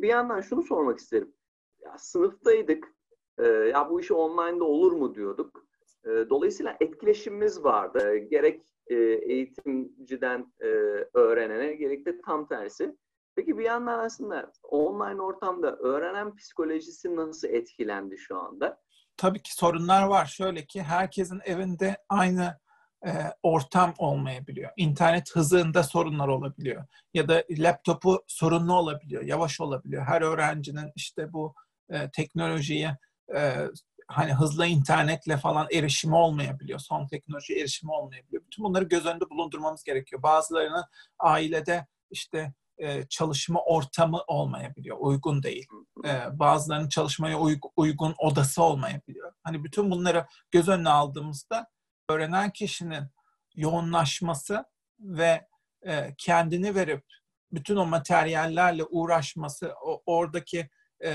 bir yandan şunu sormak isterim. Ya, sınıftaydık. Ya bu işi online'da olur mu diyorduk. Dolayısıyla etkileşimimiz vardı. Gerek eğitimciden öğrenene, gerek de tam tersi. Peki bir yandan aslında online ortamda öğrenen psikolojisi nasıl etkilendi şu anda? Tabii ki sorunlar var. Şöyle ki herkesin evinde aynı ortam olmayabiliyor. İnternet hızında sorunlar olabiliyor. Ya da laptopu sorunlu olabiliyor, yavaş olabiliyor. Her öğrencinin işte bu teknolojiye hani hızlı internetle falan erişimi olmayabiliyor. Son teknoloji erişimi olmayabiliyor. Bütün bunları göz önünde bulundurmamız gerekiyor. Bazılarının ailede işte çalışma ortamı olmayabiliyor, uygun değil. Bazılarının çalışmaya uygun odası olmayabiliyor. Hani bütün bunları göz önüne aldığımızda öğrenen kişinin yoğunlaşması ve kendini verip bütün o materyallerle uğraşması, oradaki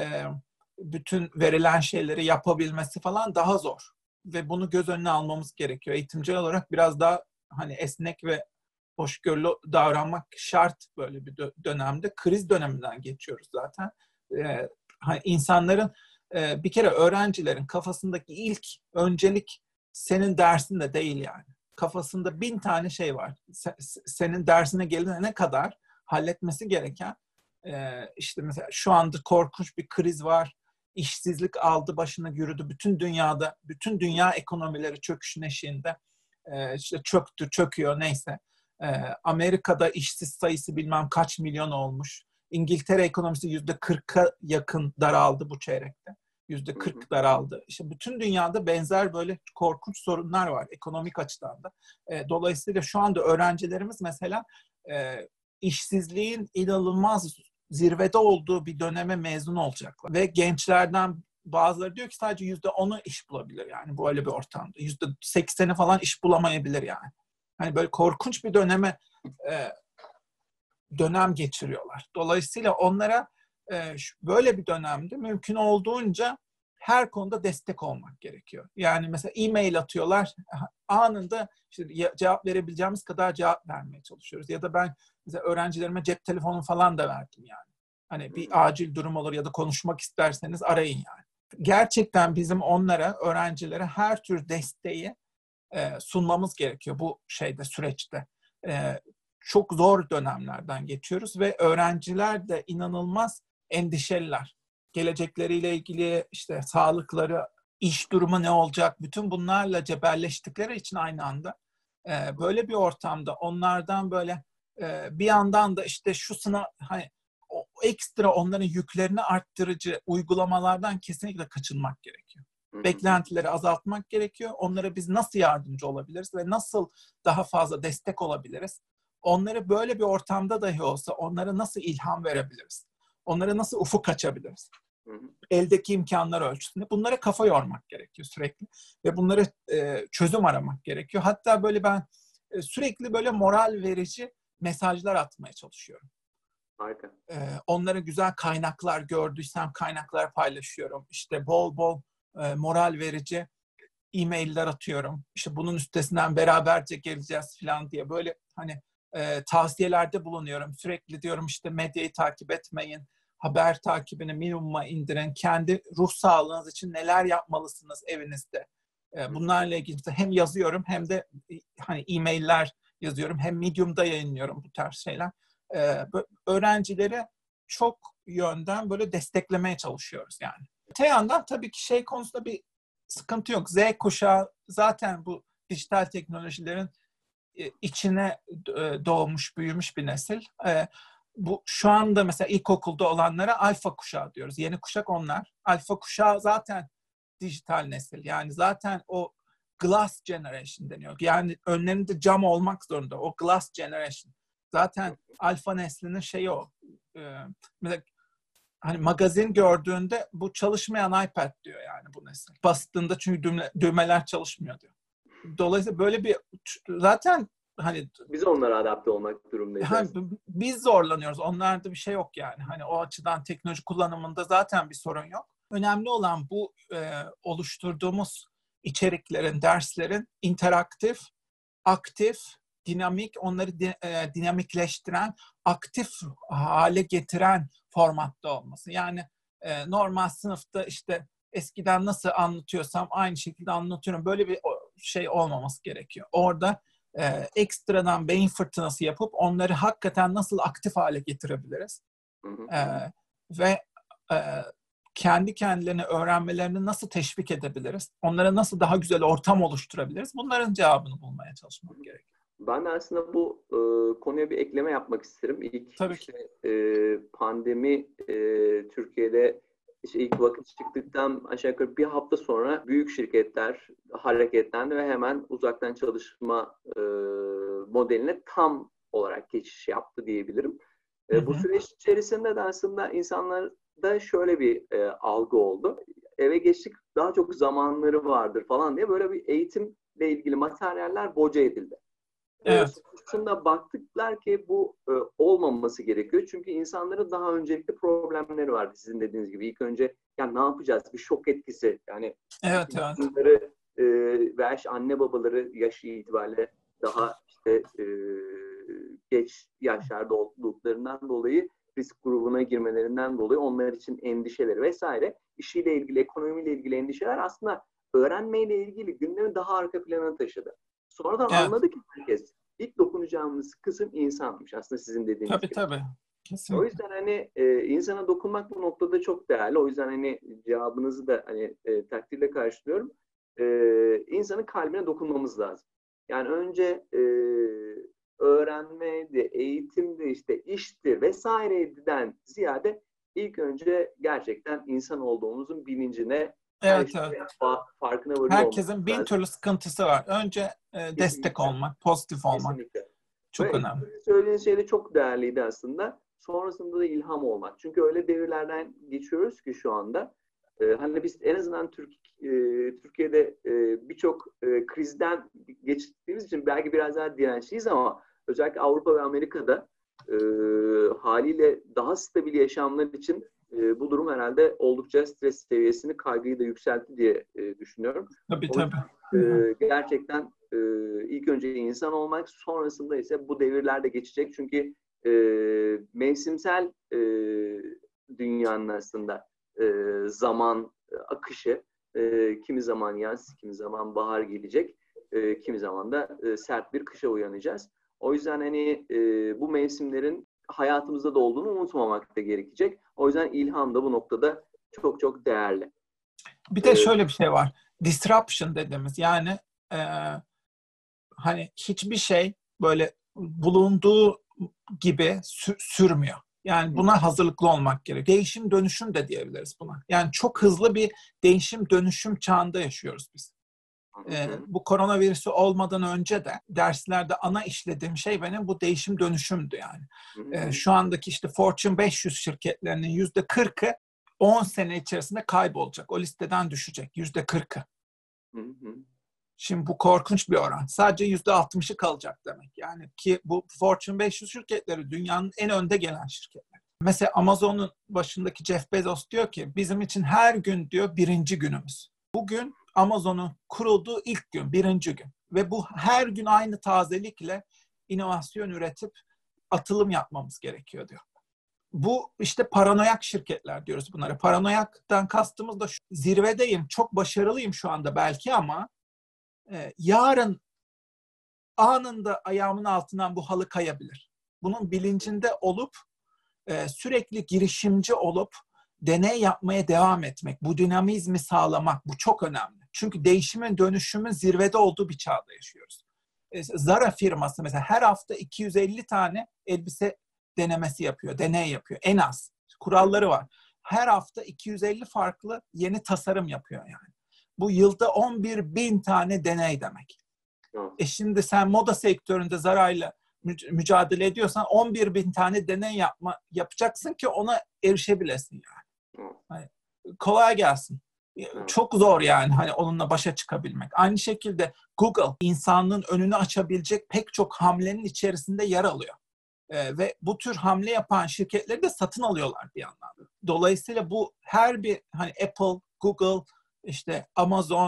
bütün verilen şeyleri yapabilmesi falan daha zor. Ve bunu göz önüne almamız gerekiyor. Eğitimci olarak biraz daha hani esnek ve hoşgörülü davranmak şart böyle bir dönemde. Kriz döneminden geçiyoruz zaten. Hani insanların bir kere öğrencilerin kafasındaki ilk öncelik senin dersin de değil yani. Kafasında 1000 tane şey var. Senin dersine gelene kadar halletmesi gereken işte mesela şu anda korkunç bir kriz var. İşsizlik aldı başına yürüdü. Bütün dünyada, bütün dünya ekonomileri çöküşün eşiğinde. İşte çöküyor neyse. Amerika'da işsiz sayısı bilmem kaç milyon olmuş. İngiltere ekonomisi %40'a yakın daraldı bu çeyrekte. %40 daraldı. İşte bütün dünyada benzer böyle korkunç sorunlar var ekonomik açıdan da. Dolayısıyla şu anda öğrencilerimiz mesela işsizliğin inanılmaz zirvede olduğu bir döneme mezun olacaklar. Ve gençlerden bazıları diyor ki sadece %10'u iş bulabilir yani böyle bir ortamda. %80'i falan iş bulamayabilir yani. Hani böyle korkunç bir dönem geçiriyorlar. Dolayısıyla onlara böyle bir dönemde mümkün olduğunca her konuda destek olmak gerekiyor. Yani mesela e-mail atıyorlar, anında işte cevap verebileceğimiz kadar cevap vermeye çalışıyoruz. Ya da ben mesela öğrencilerime cep telefonu falan da verdim yani. Hani bir acil durum olur ya da konuşmak isterseniz arayın yani. Gerçekten bizim onlara, öğrencilere her tür desteği sunmamız gerekiyor bu süreçte. Çok zor dönemlerden geçiyoruz ve öğrenciler de inanılmaz endişeliler. Gelecekleriyle ilgili işte sağlıkları, iş durumu ne olacak, bütün bunlarla cebelleştikleri için aynı anda böyle bir ortamda onlardan böyle bir yandan da işte şu sınav hani o ekstra onların yüklerini arttırıcı uygulamalardan kesinlikle kaçınmak gerekiyor. Beklentileri azaltmak gerekiyor. Onlara biz nasıl yardımcı olabiliriz ve nasıl daha fazla destek olabiliriz? Onları böyle bir ortamda dahi olsa onlara nasıl ilham verebiliriz? Onlara nasıl ufuk açabiliriz? Eldeki imkanlar ölçüsünde. Bunlara kafa yormak gerekiyor sürekli. Ve bunlara çözüm aramak gerekiyor. Hatta böyle ben sürekli böyle moral verici mesajlar atmaya çalışıyorum. Harika. Onlara güzel kaynaklar gördüysem kaynaklar paylaşıyorum. İşte bol bol moral verici e-mailler atıyorum. İşte bunun üstesinden beraberce geleceğiz falan diye böyle hani tavsiyelerde bulunuyorum. Sürekli diyorum işte medyayı takip etmeyin. Haber takibini minimuma indirin. Kendi ruh sağlığınız için neler yapmalısınız evinizde. Bunlarla ilgili hem yazıyorum hem de hani e-mailler yazıyorum. Hem Medium'da yayınlıyorum bu tarz şeyler. Öğrencileri çok yönden böyle desteklemeye çalışıyoruz yani. Öte yandan tabii ki konusunda bir sıkıntı yok. Z kuşağı zaten bu dijital teknolojilerin içine doğmuş, büyümüş bir nesil. Bu şu anda mesela ilkokulda olanlara alfa kuşağı diyoruz. Yeni kuşak onlar. Alfa kuşağı zaten dijital nesil. Yani zaten o glass generation deniyor. Yani önlerinde cam olmak zorunda. O glass generation. Zaten alfa neslinin şeyi o. Mesela hani magazin gördüğünde bu çalışmayan iPad diyor yani bu nesil. Bastığında çünkü düğmeler çalışmıyor diyor. Dolayısıyla böyle bir zaten hani biz onlara adapte olmak durumundayız. Hani biz zorlanıyoruz. Onlarda bir şey yok yani. Hani o açıdan teknoloji kullanımında zaten bir sorun yok. Önemli olan bu oluşturduğumuz içeriklerin, derslerin interaktif, aktif dinamik, onları dinamikleştiren, aktif hale getiren formatta olması. Yani normal sınıfta işte eskiden nasıl anlatıyorsam aynı şekilde anlatıyorum. Böyle bir şey olmaması gerekiyor. Orada ekstradan beyin fırtınası yapıp onları hakikaten nasıl aktif hale getirebiliriz? Ve kendi kendilerini öğrenmelerini nasıl teşvik edebiliriz? Onlara nasıl daha güzel ortam oluşturabiliriz? Bunların cevabını bulmaya çalışmak gerekiyor. Ben de aslında bu konuya bir ekleme yapmak isterim. İlk Tabii işte pandemi Türkiye'de işte ilk vakit çıktıktan aşağı yukarı bir hafta sonra büyük şirketler hareketlendi ve hemen uzaktan çalışma modeline tam olarak geçiş yaptı diyebilirim. Bu süreç içerisinde de aslında insanlarda şöyle bir algı oldu. Eve geçtik, daha çok zamanları vardır falan diye böyle bir eğitimle ilgili materyaller boca edildi. Evet. Sonrasında baktıklar ki bu olmaması gerekiyor. Çünkü insanların daha öncelikli problemleri vardı. Sizin dediğiniz gibi ilk önce ya ne yapacağız? Bir şok etkisi. Yani evet. bunları ve anne babaları yaş itibariyle daha işte geç yaşlarda olduklarından dolayı risk grubuna girmelerinden dolayı onlar için endişeleri vesaire, işiyle ilgili, ekonomiyle ilgili endişeler aslında öğrenmeyle ilgili gündemi daha arka plana taşıdı. Sonradan anladı ki herkes ilk dokunacağımız kısım insanmış. Aslında sizin dediğiniz gibi. Tabii. Kesinlikle. O yüzden hani insana dokunmak bu noktada çok değerli. O yüzden hani cevabınızı da hani takdirle karşılıyorum. İnsanın kalbine dokunmamız lazım. Yani önce öğrenmeydi, eğitimdi, işte iştir vesaireden ziyade ilk önce gerçekten insan olduğumuzun bilincine, Evet. farkına varıyor Herkesin bin türlü sıkıntısı var. Önce destek olmak, pozitif olmak. Kesinlikle. Çok ve önemli. Söylediğiniz şey de çok değerliydi aslında. Sonrasında da ilham olmak. Çünkü öyle devirlerden geçiyoruz ki şu anda. Hani biz en azından Türkiye'de birçok krizden geçtiğimiz için belki biraz daha dirençliyiz ama özellikle Avrupa ve Amerika'da haliyle daha stabil yaşamlar için bu durum herhalde oldukça stres seviyesini, kaygıyı da yükseltti diye düşünüyorum. Tabii. Gerçekten ilk önce insan olmak, sonrasında ise bu devirler de geçecek. Çünkü mevsimsel dünyanın aslında zaman akışı, kimi zaman yaz, kimi zaman bahar gelecek, kimi zaman da sert bir kışa uyanacağız. O yüzden hani bu mevsimlerin hayatımızda da olduğunu unutmamak da gerekecek. O yüzden ilham da bu noktada çok çok değerli. Bir de şöyle bir şey var. Disruption dediğimiz, yani hani hiçbir şey böyle bulunduğu gibi sürmüyor. Yani buna hazırlıklı olmak gerekiyor. Değişim dönüşüm de diyebiliriz buna. Yani çok hızlı bir değişim dönüşüm çağında yaşıyoruz biz. Bu koronavirüsü olmadan önce de derslerde ana işlediğim şey benim bu değişim dönüşümdü yani. Şu andaki işte Fortune 500 şirketlerinin %40'ı 10 sene içerisinde kaybolacak. O listeden düşecek %40'ı. Şimdi bu korkunç bir oran. Sadece %60'ı kalacak demek. Yani ki bu Fortune 500 şirketleri dünyanın en önde gelen şirketler. Mesela Amazon'un başındaki Jeff Bezos diyor ki bizim için her gün diyor birinci günümüz. Bugün Amazon'un kurulduğu ilk gün, birinci gün. Ve bu her gün aynı tazelikle inovasyon üretip atılım yapmamız gerekiyor diyor. Bu işte paranoyak şirketler diyoruz bunlara. Paranoyaktan kastımız da şu: zirvedeyim, çok başarılıyım şu anda belki ama yarın anında ayağımın altından bu halı kayabilir. Bunun bilincinde olup sürekli girişimci olup deney yapmaya devam etmek, bu dinamizmi sağlamak, bu çok önemli. Çünkü değişimin, dönüşümün zirvede olduğu bir çağda yaşıyoruz. Zara firması mesela her hafta 250 tane elbise denemesi yapıyor, deney yapıyor en az. Kuralları var. Her hafta 250 farklı yeni tasarım yapıyor yani. Bu yılda 11.000 tane deney demek. Şimdi sen moda sektöründe Zara'yla mücadele ediyorsan 11.000 tane deney yapacaksın ki ona erişebilesin yani. Hani, kolay gelsin. Çok zor yani hani onunla başa çıkabilmek. Aynı şekilde Google insanlığın önünü açabilecek pek çok hamlenin içerisinde yer alıyor. Ve bu tür hamle yapan şirketleri de satın alıyorlar bir yandan. Dolayısıyla bu her bir hani Apple, Google, işte Amazon,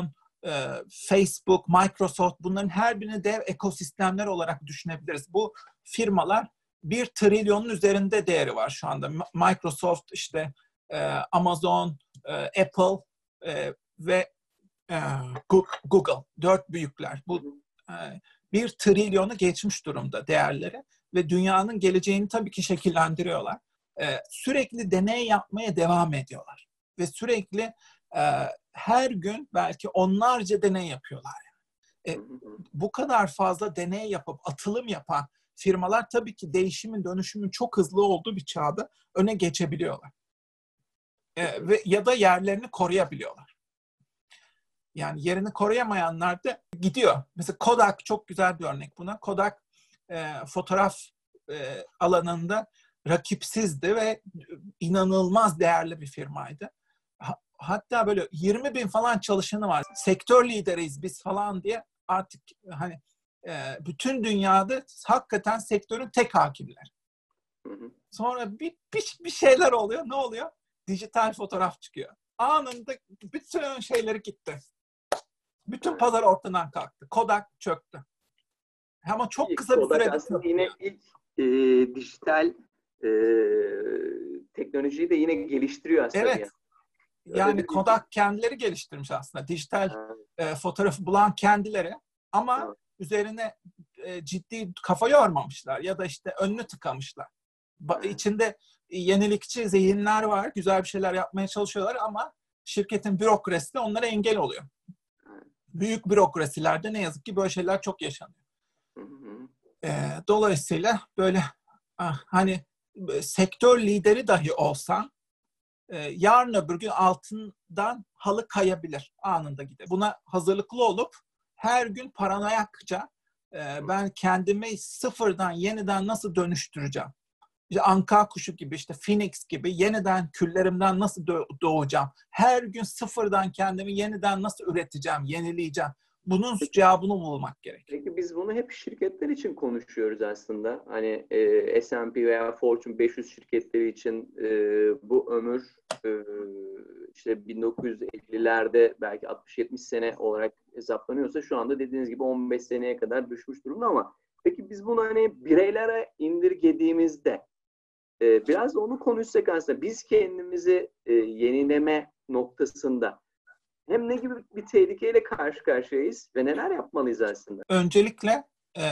Facebook, Microsoft, bunların her birini dev ekosistemler olarak düşünebiliriz. Bu firmalar 1 trilyonun üzerinde değeri var şu anda. Microsoft, işte Amazon, Apple ve Google, 4 büyükler. Bu 1 trilyonu geçmiş durumda değerleri ve dünyanın geleceğini tabii ki şekillendiriyorlar. Sürekli deney yapmaya devam ediyorlar ve sürekli her gün belki onlarca deney yapıyorlar. Bu kadar fazla deney yapıp atılım yapan firmalar tabii ki değişimin, dönüşümün çok hızlı olduğu bir çağda öne geçebiliyorlar. Ve ya da yerlerini koruyabiliyorlar. Yani yerini koruyamayanlar da gidiyor. Mesela Kodak çok güzel bir örnek buna. Kodak fotoğraf alanında rakipsizdi ve inanılmaz değerli bir firmaydı. Hatta böyle 20 bin falan çalışanı var. Sektör lideriyiz biz falan diye artık hani bütün dünyada hakikaten sektörün tek hakimler. Sonra bir şeyler oluyor. Ne oluyor? Dijital fotoğraf çıkıyor. Anında bütün şeyleri gitti. Bütün pazar ortadan kalktı. Kodak çöktü. Ama çok kısa bir Kodak sürede aslında çöktü. yine ilk dijital teknolojiyi de yine geliştiriyor aslında. Evet. Yani Kodak kendileri geliştirmiş aslında. Dijital fotoğrafı bulan kendileri. Ama üzerine ciddi kafa yormamışlar. Ya da işte önünü tıkamışlar. İçinde yenilikçi zihinler var. Güzel bir şeyler yapmaya çalışıyorlar ama şirketin bürokrasisi de onlara engel oluyor. Büyük bürokrasilerde ne yazık ki böyle şeyler çok yaşanıyor. Dolayısıyla böyle hani sektör lideri dahi olsan yarın öbür gün altından halı kayabilir. Anında gider. Buna hazırlıklı olup her gün paranoyakça ben kendimi sıfırdan yeniden nasıl dönüştüreceğim? İşte anka kuşu gibi, işte Phoenix gibi yeniden küllerimden nasıl doğacağım? Her gün sıfırdan kendimi yeniden nasıl üreteceğim, yenileyeceğim? Bunun cevabını bulmak gerek. Peki biz bunu hep şirketler için konuşuyoruz aslında. Hani S&P veya Fortune 500 şirketleri için bu ömür işte 1950'lerde belki 60-70 sene olarak hesaplanıyorsa şu anda dediğiniz gibi 15 seneye kadar düşmüş durumda ama peki biz bunu hani bireylere indirgediğimizde biraz da onu konuşsak aslında biz kendimizi yenileme noktasında hem ne gibi bir tehlikeyle karşı karşıyayız ve neler yapmalıyız aslında? Öncelikle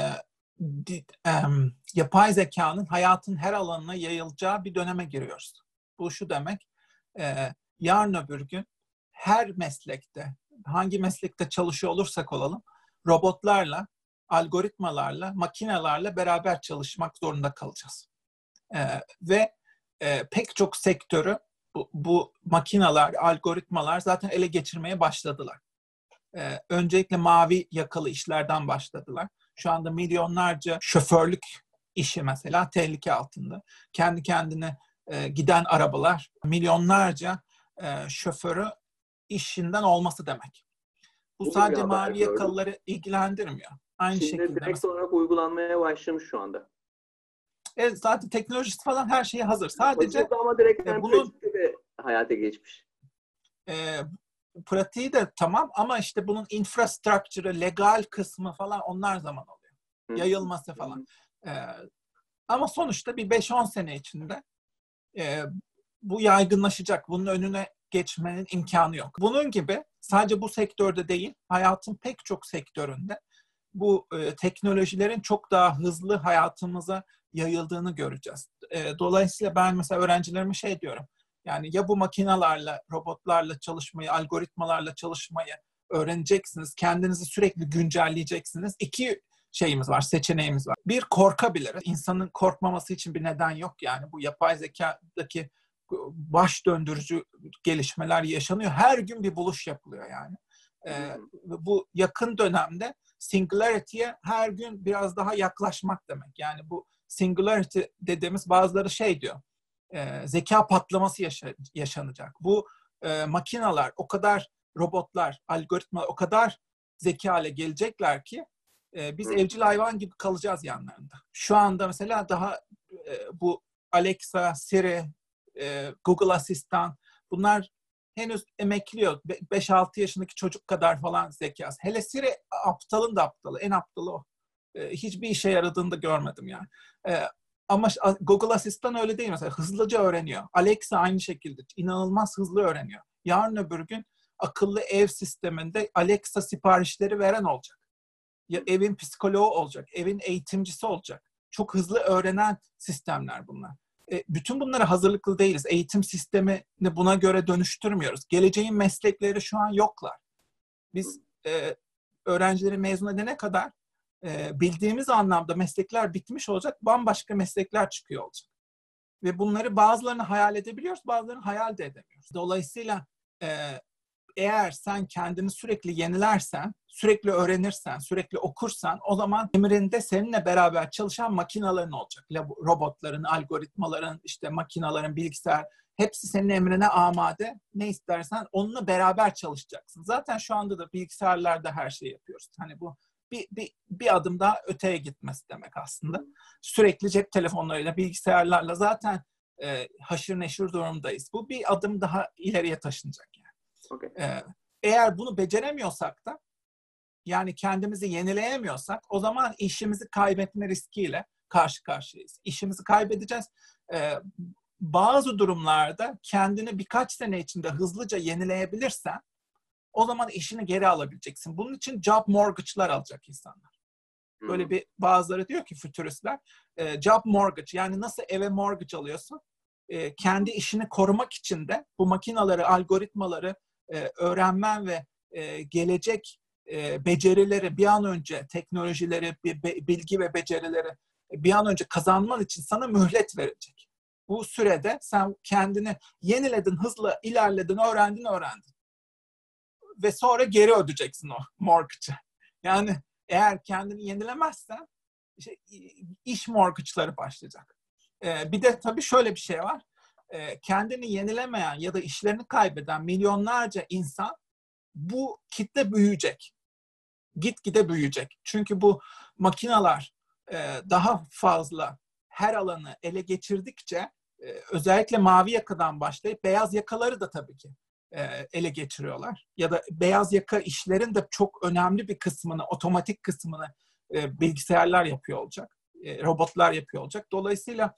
yapay zekanın hayatın her alanına yayılacağı bir döneme giriyoruz. Bu şu demek, yarın öbür gün her meslekte, hangi meslekte çalışıyor olursak olalım, robotlarla, algoritmalarla, makinelerle beraber çalışmak zorunda kalacağız. Ve pek çok sektörü bu makineler, algoritmalar zaten ele geçirmeye başladılar. Öncelikle mavi yakalı işlerden başladılar. Şu anda milyonlarca şoförlük işi mesela tehlike altında. Kendi kendine giden arabalar milyonlarca şoförü işinden olması demek. Bu sadece mavi yakalıları ilgilendirmiyor. Aynı Çin'de şekilde direkt mesela, olarak uygulanmaya başlamış şu anda. zaten teknolojisi falan her şeye hazır. Sadece ama direkt yani bunun pratikte de hayata geçmiş. Pratiği de tamam ama işte bunun infrastructure'ı, legal kısmı falan onlar zaman oluyor. Yayılması falan. Ama sonuçta bir 5-10 sene içinde bu yaygınlaşacak. Bunun önüne geçmenin imkanı yok. Bunun gibi sadece bu sektörde değil, hayatın pek çok sektöründe bu teknolojilerin çok daha hızlı hayatımıza yayıldığını göreceğiz. Dolayısıyla ben mesela öğrencilerime şey diyorum. Yani ya bu makinelerle, robotlarla çalışmayı, algoritmalarla çalışmayı öğreneceksiniz. Kendinizi sürekli güncelleyeceksiniz. 2 şeyimiz var, seçeneğimiz var. Bir, korkabiliriz. İnsanın korkmaması için bir neden yok yani. Bu yapay zekadaki baş döndürücü gelişmeler yaşanıyor. Her gün bir buluş yapılıyor yani. Bu yakın dönemde Singularity'ye her gün biraz daha yaklaşmak demek. Yani bu Singularity dediğimiz bazıları şey diyor. Zeka patlaması yaşanacak. Bu makineler, o kadar robotlar, algoritmalar o kadar zeka hale gelecekler ki biz evcil hayvan gibi kalacağız yanlarında. Şu anda mesela daha bu Alexa, Siri, Google Asistan bunlar henüz emekliyor. 5-6 yaşındaki çocuk kadar falan zekası. Hele Siri aptalın da aptalı. En aptalı o. Hiçbir işe yaradığını da görmedim yani. Ama Google Asistan öyle değil mesela. Hızlıca öğreniyor. Alexa aynı şekilde. İnanılmaz hızlı öğreniyor. Yarın öbür gün akıllı ev sisteminde Alexa siparişleri veren olacak. Ya evin psikoloğu olacak. Evin eğitimcisi olacak. Çok hızlı öğrenen sistemler bunlar. Bütün bunlara hazırlıklı değiliz. Eğitim sistemini buna göre dönüştürmüyoruz. Geleceğin meslekleri şu an yoklar. Biz öğrencileri mezun edene kadar bildiğimiz anlamda meslekler bitmiş olacak, bambaşka meslekler çıkıyor olacak. Ve bunları bazılarını hayal edebiliyoruz, bazılarını hayal de edemiyoruz. Dolayısıyla eğer sen kendini sürekli yenilersen, sürekli öğrenirsen, sürekli okursan, o zaman emrinde seninle beraber çalışan makinaların olacak. Robotların, algoritmaların, işte makinaların, bilgisayar, hepsi senin emrine amade. Ne istersen onunla beraber çalışacaksın. Zaten şu anda da bilgisayarlarda her şeyi yapıyoruz. Hani bu bir adım daha öteye gitmesi demek aslında. Sürekli cep telefonlarıyla, bilgisayarlarla zaten haşır neşir durumdayız. Bu bir adım daha ileriye taşınacak yani. Okay. Eğer bunu beceremiyorsak da, yani kendimizi yenileyemiyorsak, o zaman işimizi kaybetme riskiyle karşı karşıyayız. İşimizi kaybedeceğiz. Bazı durumlarda kendini birkaç sene içinde hızlıca yenileyebilirsen, o zaman işini geri alabileceksin. Bunun için job mortgage'lar alacak insanlar. Böyle bir bazıları diyor ki fütüristler, job mortgage, yani nasıl eve mortgage alıyorsun? Kendi işini korumak için de bu makinaları, algoritmaları öğrenmen ve gelecek becerileri bir an önce, teknolojileri, bilgi ve becerileri bir an önce kazanman için sana mühlet verecek. Bu sürede sen kendini yeniledin, hızlı ilerledin, öğrendin. Ve sonra geri ödeyeceksin o mortgage'ı. Yani eğer kendini yenilemezsen iş mortgage'ları başlayacak. Bir de tabii şöyle bir şey var. Kendini yenilemeyen ya da işlerini kaybeden milyonlarca insan, bu kitle büyüyecek. Gitgide büyüyecek. Çünkü bu makineler daha fazla her alanı ele geçirdikçe, özellikle mavi yakadan başlayıp beyaz yakaları da tabii ki ele geçiriyorlar. Ya da beyaz yaka işlerin de çok önemli bir kısmını, otomatik kısmını bilgisayarlar yapıyor olacak. Robotlar yapıyor olacak. Dolayısıyla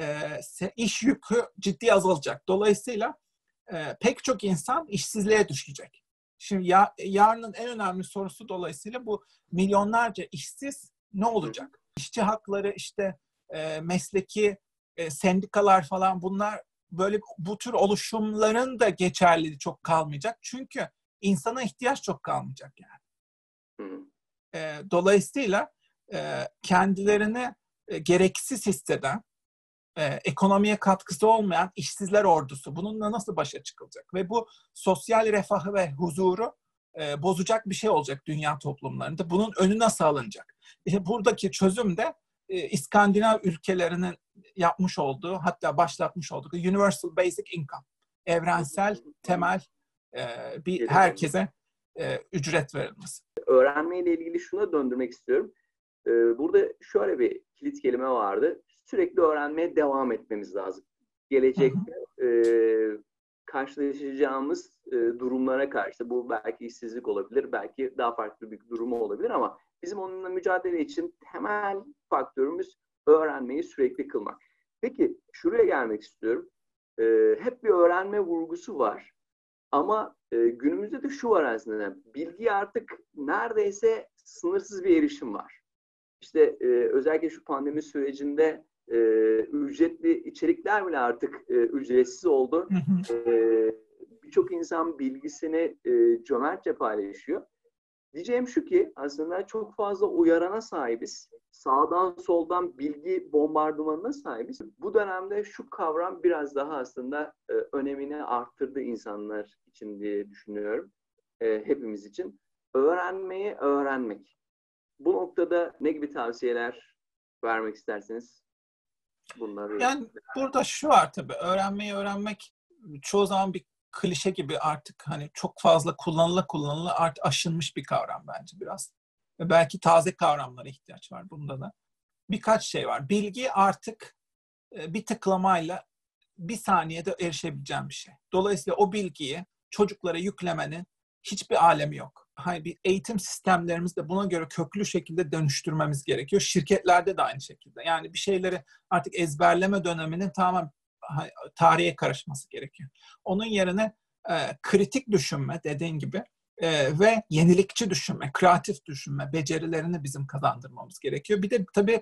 iş yükü ciddi azalacak. Dolayısıyla pek çok insan işsizliğe düşecek. Şimdi yarının en önemli sorusu dolayısıyla bu milyonlarca işsiz ne olacak? İşçi hakları, işte mesleki sendikalar falan, bunlar böyle bu tür oluşumların da geçerliliği çok kalmayacak. Çünkü insana ihtiyaç çok kalmayacak yani. Dolayısıyla kendilerini gereksiz hisseden, ekonomiye katkısı olmayan işsizler ordusu, bununla nasıl başa çıkılacak? Ve bu sosyal refahı ve huzuru bozacak bir şey olacak dünya toplumlarında. Bunun önü nasıl alınacak? Buradaki çözüm de İskandinav ülkelerinin yapmış olduğu, hatta başlatmış olduğu Universal Basic Income. Evrensel temel bir herkese ücret verilmesi. Öğrenmeyle ilgili şuna döndürmek istiyorum. Burada şöyle bir kilit kelime vardı. Sürekli öğrenmeye devam etmemiz lazım. Gelecekte karşılaşacağımız durumlara karşı, bu belki işsizlik olabilir, belki daha farklı bir durumu olabilir ama bizim onunla mücadele için temel faktörümüz öğrenmeyi sürekli kılmak. Peki şuraya gelmek istiyorum. Hep bir öğrenme vurgusu var. Ama günümüzde de şu var aslında. Bilgiye artık neredeyse sınırsız bir erişim var. İşte özellikle şu pandemi sürecinde ücretli içerikler bile artık ücretsiz oldu. Birçok insan bilgisini cömertçe paylaşıyor. Diyeceğim şu ki aslında çok fazla uyarana sahibiz. Sağdan soldan bilgi bombardımanına sahibiz. Bu dönemde şu kavram biraz daha aslında önemini arttırdı insanlar için diye düşünüyorum. Hepimiz için. Öğrenmeyi öğrenmek. Bu noktada ne gibi tavsiyeler vermek isterseniz bunları... Yani burada şu var tabii. Öğrenmeyi öğrenmek çoğu zaman bir klişe gibi, artık hani çok fazla kullanıla artık aşınmış bir kavram bence biraz. Ve belki taze kavramlara ihtiyaç var bunda da. Birkaç şey var. Bilgi artık bir tıklamayla bir saniyede erişebileceğim bir şey. Dolayısıyla o bilgiyi çocuklara yüklemenin hiçbir alemi yok. Hani bir eğitim sistemlerimizi de buna göre köklü şekilde dönüştürmemiz gerekiyor. Şirketlerde de aynı şekilde. Yani bir şeyleri artık ezberleme döneminin tamamen tarihe karışması gerekiyor. Onun yerine kritik düşünme dediğin gibi ve yenilikçi düşünme, kreatif düşünme becerilerini bizim kazandırmamız gerekiyor. Bir de tabii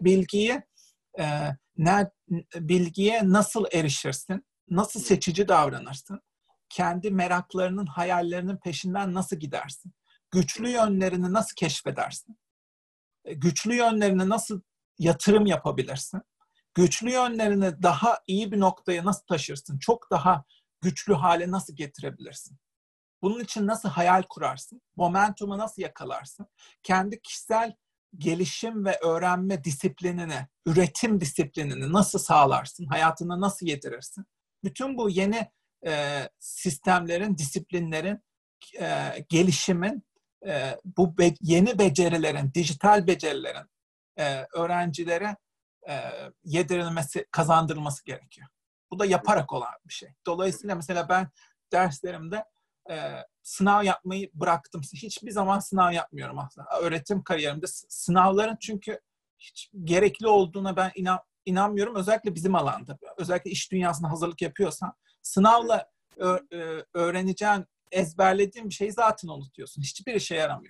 bilgiye nasıl erişirsin, nasıl seçici davranırsın, kendi meraklarının, hayallerinin peşinden nasıl gidersin, güçlü yönlerini nasıl keşfedersin, güçlü yönlerine nasıl yatırım yapabilirsin, güçlü yönlerini daha iyi bir noktaya nasıl taşırsın, çok daha güçlü hale nasıl getirebilirsin? Bunun için nasıl hayal kurarsın? Momentumu nasıl yakalarsın? Kendi kişisel gelişim ve öğrenme disiplinini, üretim disiplinini nasıl sağlarsın? Hayatına nasıl yedirirsin? Bütün bu yeni sistemlerin, disiplinlerin, gelişimin, bu yeni becerilerin, dijital becerilerin öğrencilere yedirilmesi, kazandırılması gerekiyor. Bu da yaparak olan bir şey. Dolayısıyla mesela ben derslerimde sınav yapmayı bıraktım. Hiçbir zaman sınav yapmıyorum aslında. Öğretim kariyerimde sınavların çünkü hiç gerekli olduğuna ben inanmıyorum. Özellikle bizim alanda. Özellikle iş dünyasında hazırlık yapıyorsan sınavla öğreneceğin, ezberlediğin bir şeyi zaten unutuyorsun. Hiçbir işe yaramıyor.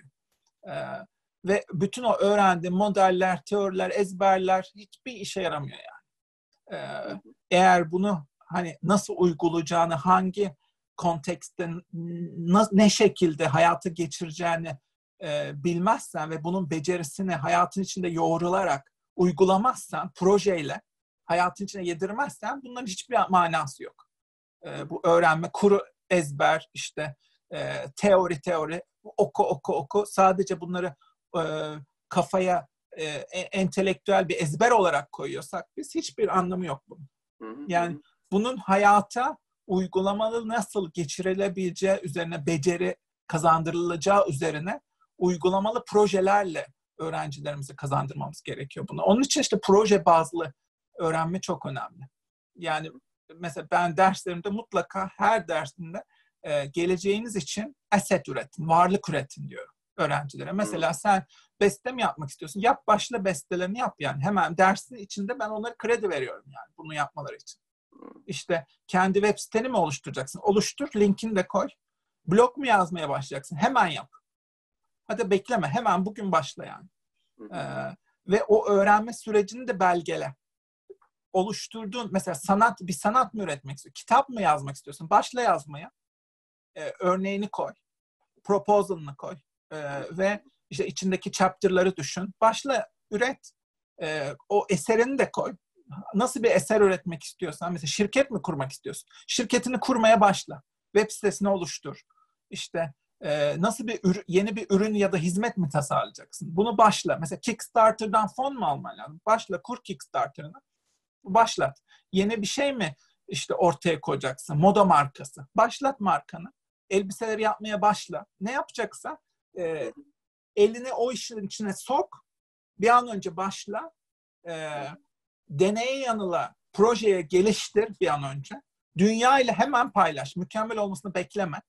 Ve bütün o öğrendiğin modeller, teoriler, ezberler hiçbir işe yaramıyor yani. Eğer bunu hani nasıl uygulayacağını, hangi kontekste, ne şekilde hayata geçireceğini bilmezsen ve bunun becerisini hayatın içinde yoğrularak uygulamazsan, projeyle hayatın içine yedirmezsen bunların hiçbir manası yok. Bu öğrenme, kuru ezber, işte teori, oku. Sadece bunları kafaya entelektüel bir ezber olarak koyuyorsak biz hiçbir anlamı yok bunun. Yani bunun hayata uygulamalı nasıl geçirilebileceği üzerine, beceri kazandırılacağı üzerine uygulamalı projelerle öğrencilerimize kazandırmamız gerekiyor bunu. Onun için işte proje bazlı öğrenme çok önemli. Yani mesela ben derslerimde mutlaka her dersinde geleceğiniz için asset üretin, varlık üretin diyorum öğrencilere. Mesela sen beste mi yapmak istiyorsun? Yap, başla bestelerini yap yani. Hemen dersin içinde ben onlara kredi veriyorum yani bunu yapmaları için. İşte kendi web siteni mi oluşturacaksın? Oluştur, linkini de koy. Blog mu yazmaya başlayacaksın? Hemen yap. Hadi bekleme, hemen bugün başla yani. Ve o öğrenme sürecini de belgele. Oluşturduğun, mesela bir sanat mı üretmek istiyorsun? Kitap mı yazmak istiyorsun? Başla yazmaya. Örneğini koy. Proposal'ını koy. Ve işte içindeki chapter'ları düşün. Başla, üret. O eserini de koy. Nasıl bir eser üretmek istiyorsan, mesela şirket mi kurmak istiyorsun? Şirketini kurmaya başla. Web sitesini oluştur. İşte nasıl yeni bir ürün ya da hizmet mi tasarlayacaksın? Bunu başla. Mesela Kickstarter'dan fon mu alman lazım? Başla, kur Kickstarter'ını. Başlat. Yeni bir şey mi işte ortaya koyacaksın? Moda markası. Başlat markanı. Elbiseleri yapmaya başla. Ne yapacaksa elini o işin içine sok. Bir an önce başla. Deneye yanıla, projeye geliştir bir an önce. Dünya ile hemen paylaş. Mükemmel olmasını bekleme.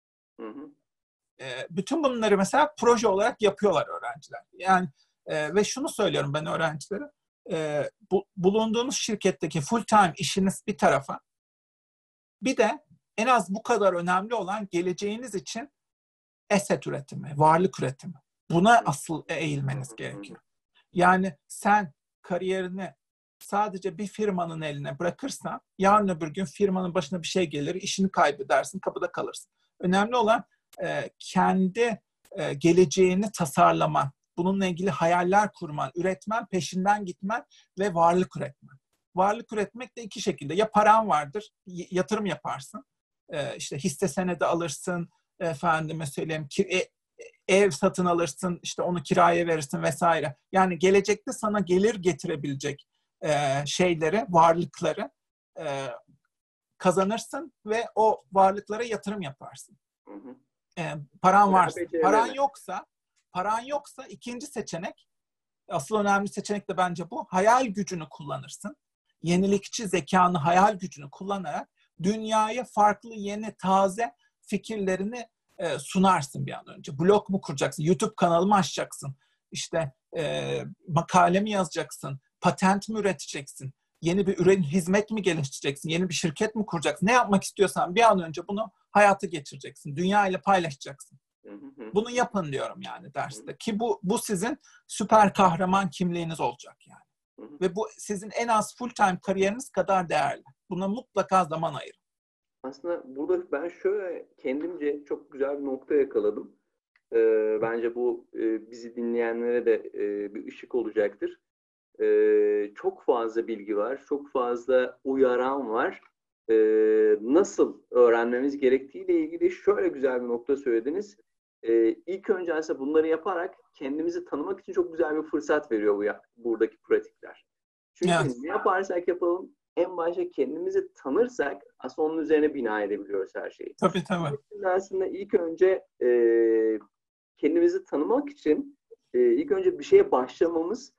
Bütün bunları mesela proje olarak yapıyorlar öğrenciler. Yani ve şunu söylüyorum ben öğrencilere. Bulunduğunuz şirketteki full time işiniz bir tarafa. Bir de en az bu kadar önemli olan geleceğiniz için asset üretimi, varlık üretimi. Buna asıl eğilmeniz gerekiyor. Yani sen kariyerini sadece bir firmanın eline bırakırsan yarın öbür gün firmanın başına bir şey gelir, işini kaybedersin, kapıda kalırsın. Önemli olan kendi geleceğini tasarlaman, bununla ilgili hayaller kurman, üretmen, peşinden gitmen ve varlık üretmen. Varlık üretmek de iki şekilde. Ya paran vardır, yatırım yaparsın. İşte hisse senedi alırsın, efendime söyleyeyim, ev satın alırsın, işte onu kiraya verirsin vesaire. Yani gelecekte sana gelir getirebilecek şeyleri, varlıkları kazanırsın ve o varlıklara yatırım yaparsın. Paran varsa. Paran yoksa ikinci seçenek, asıl önemli seçenek de bence bu. Hayal gücünü kullanırsın. Yenilikçi zekanı, hayal gücünü kullanarak dünyaya farklı, yeni, taze fikirlerini sunarsın bir an önce. Blog mu kuracaksın? YouTube kanalı mı açacaksın? İşte makale mi yazacaksın? Patent mi üreteceksin? Yeni bir ürün, hizmet mi geliştireceksin? Yeni bir şirket mi kuracaksın? Ne yapmak istiyorsan bir an önce bunu hayata geçireceksin. Dünya ile paylaşacaksın. Bunu yapın diyorum yani derste. Ki bu sizin süper kahraman kimliğiniz olacak yani. Ve bu sizin en az full time kariyeriniz kadar değerli. Buna mutlaka zaman ayırın. Aslında burada ben şöyle kendimce çok güzel bir nokta yakaladım. Bence bu bizi dinleyenlere de bir ışık olacaktır. Çok fazla bilgi var, çok fazla uyaran var. Nasıl öğrenmemiz gerektiğiyle ilgili şöyle güzel bir nokta söylediniz. İlk önce aslında bunları yaparak kendimizi tanımak için çok güzel bir fırsat veriyor buradaki pratikler. Çünkü ne yaparsak yapalım en başta kendimizi tanırsak aslında onun üzerine bina edebiliyoruz her şeyi. Tabii. Aslında ilk önce kendimizi tanımak için ilk önce bir şeye başlamamız,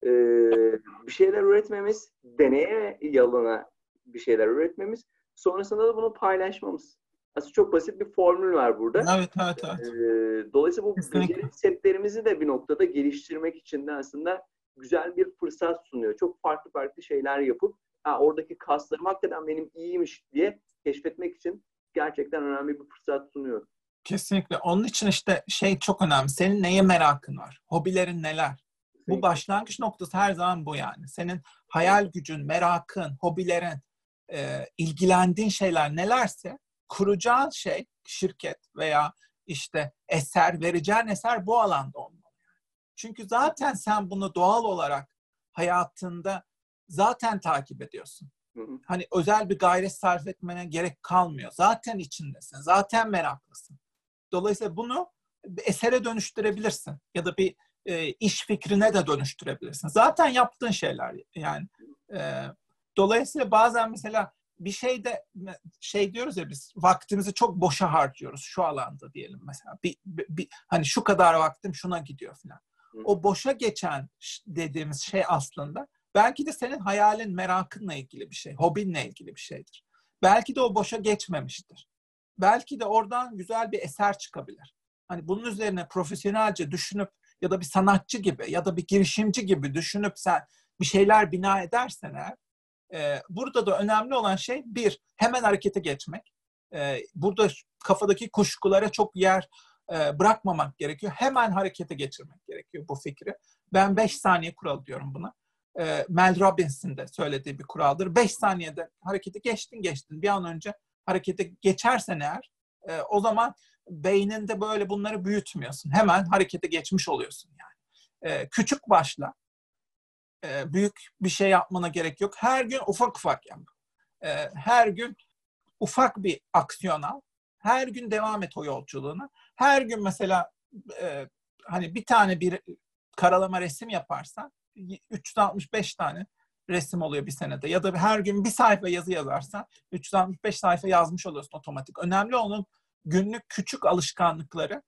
bir şeyler üretmemiz, deneye yalına bir şeyler üretmemiz, sonrasında da bunu paylaşmamız. Aslında çok basit bir formül var burada. Evet. Dolayısıyla bu beceri setlerimizi de bir noktada geliştirmek için de aslında güzel bir fırsat sunuyor. Çok farklı şeyler yapıp oradaki kaslarım hakikaten benim iyiymiş diye keşfetmek için gerçekten önemli bir fırsat sunuyor. Kesinlikle. Onun için işte çok önemli. Senin neye merakın var? Hobilerin neler? Bu başlangıç noktası her zaman bu yani. Senin hayal gücün, merakın, hobilerin, ilgilendiğin şeyler nelerse kuracağın şirket veya işte vereceğin eser bu alanda olmalı. Çünkü zaten sen bunu doğal olarak hayatında zaten takip ediyorsun. Hani özel bir gayret sarf etmene gerek kalmıyor. Zaten içindesin. Zaten meraklısın. Dolayısıyla bunu esere dönüştürebilirsin. Ya da bir iş fikrine de dönüştürebilirsin. Zaten yaptığın şeyler yani. Dolayısıyla bazen mesela bir şeyde diyoruz ya biz vaktimizi çok boşa harcıyoruz şu alanda diyelim mesela. Hani şu kadar vaktim şuna gidiyor falan. O boşa geçen dediğimiz şey aslında belki de senin hayalin, merakınla ilgili bir şey, hobinle ilgili bir şeydir. Belki de o boşa geçmemiştir. Belki de oradan güzel bir eser çıkabilir. Hani bunun üzerine profesyonelce düşünüp ya da bir sanatçı gibi ya da bir girişimci gibi düşünüp sen bir şeyler bina edersen eğer, burada da önemli olan şey hemen harekete geçmek. Burada kafadaki kuşkulara çok yer bırakmamak gerekiyor. Hemen harekete geçirmek gerekiyor bu fikri. Ben 5 saniye kuralı diyorum buna. Mel Robbins'in de söylediği bir kuraldır. 5 saniyede harekete geçtin. Bir an önce harekete geçersen eğer o zaman beyninde böyle bunları büyütmüyorsun. Hemen harekete geçmiş oluyorsun yani. Küçük başla. Büyük bir şey yapmana gerek yok. Her gün ufak yap. Her gün ufak bir aksiyon al. Her gün devam et o yolculuğuna. Her gün mesela hani bir karalama resim yaparsan 365 tane resim oluyor bir senede. Ya da her gün bir sayfa yazı yazarsan 365 sayfa yazmış oluyorsun otomatik. Önemli olan günlük küçük alışkanlıkları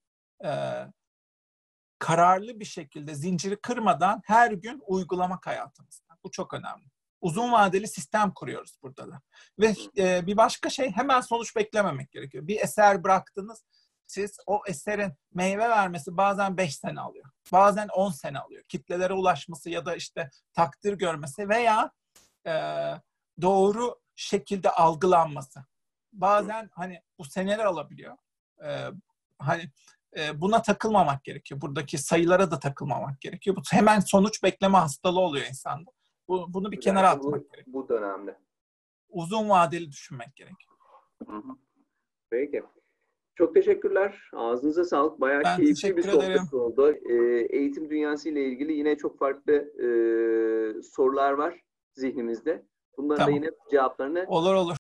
kararlı bir şekilde zinciri kırmadan her gün uygulamak hayatımızda. Bu çok önemli. Uzun vadeli sistem kuruyoruz burada da. Ve bir başka şey hemen sonuç beklememek gerekiyor. Bir eser bıraktınız, siz o eserin meyve vermesi bazen 5 sene alıyor. Bazen 10 sene alıyor. Kitlelere ulaşması ya da işte takdir görmesi veya doğru şekilde algılanması. Bazen hani bu seneler alabiliyor. Buna takılmamak gerekiyor. Buradaki sayılara da takılmamak gerekiyor. Bu hemen sonuç bekleme hastalığı oluyor insanda. Bunu bir kenara atmak gerekiyor. Bu dönemde. Uzun vadeli düşünmek gerekiyor. Peki. Çok teşekkürler. Ağzınıza sağlık. Bayağı keyifli bir sohbet oldu. Eğitim dünyası ile ilgili yine çok farklı sorular var zihnimizde. Bunların da yine cevaplarını olur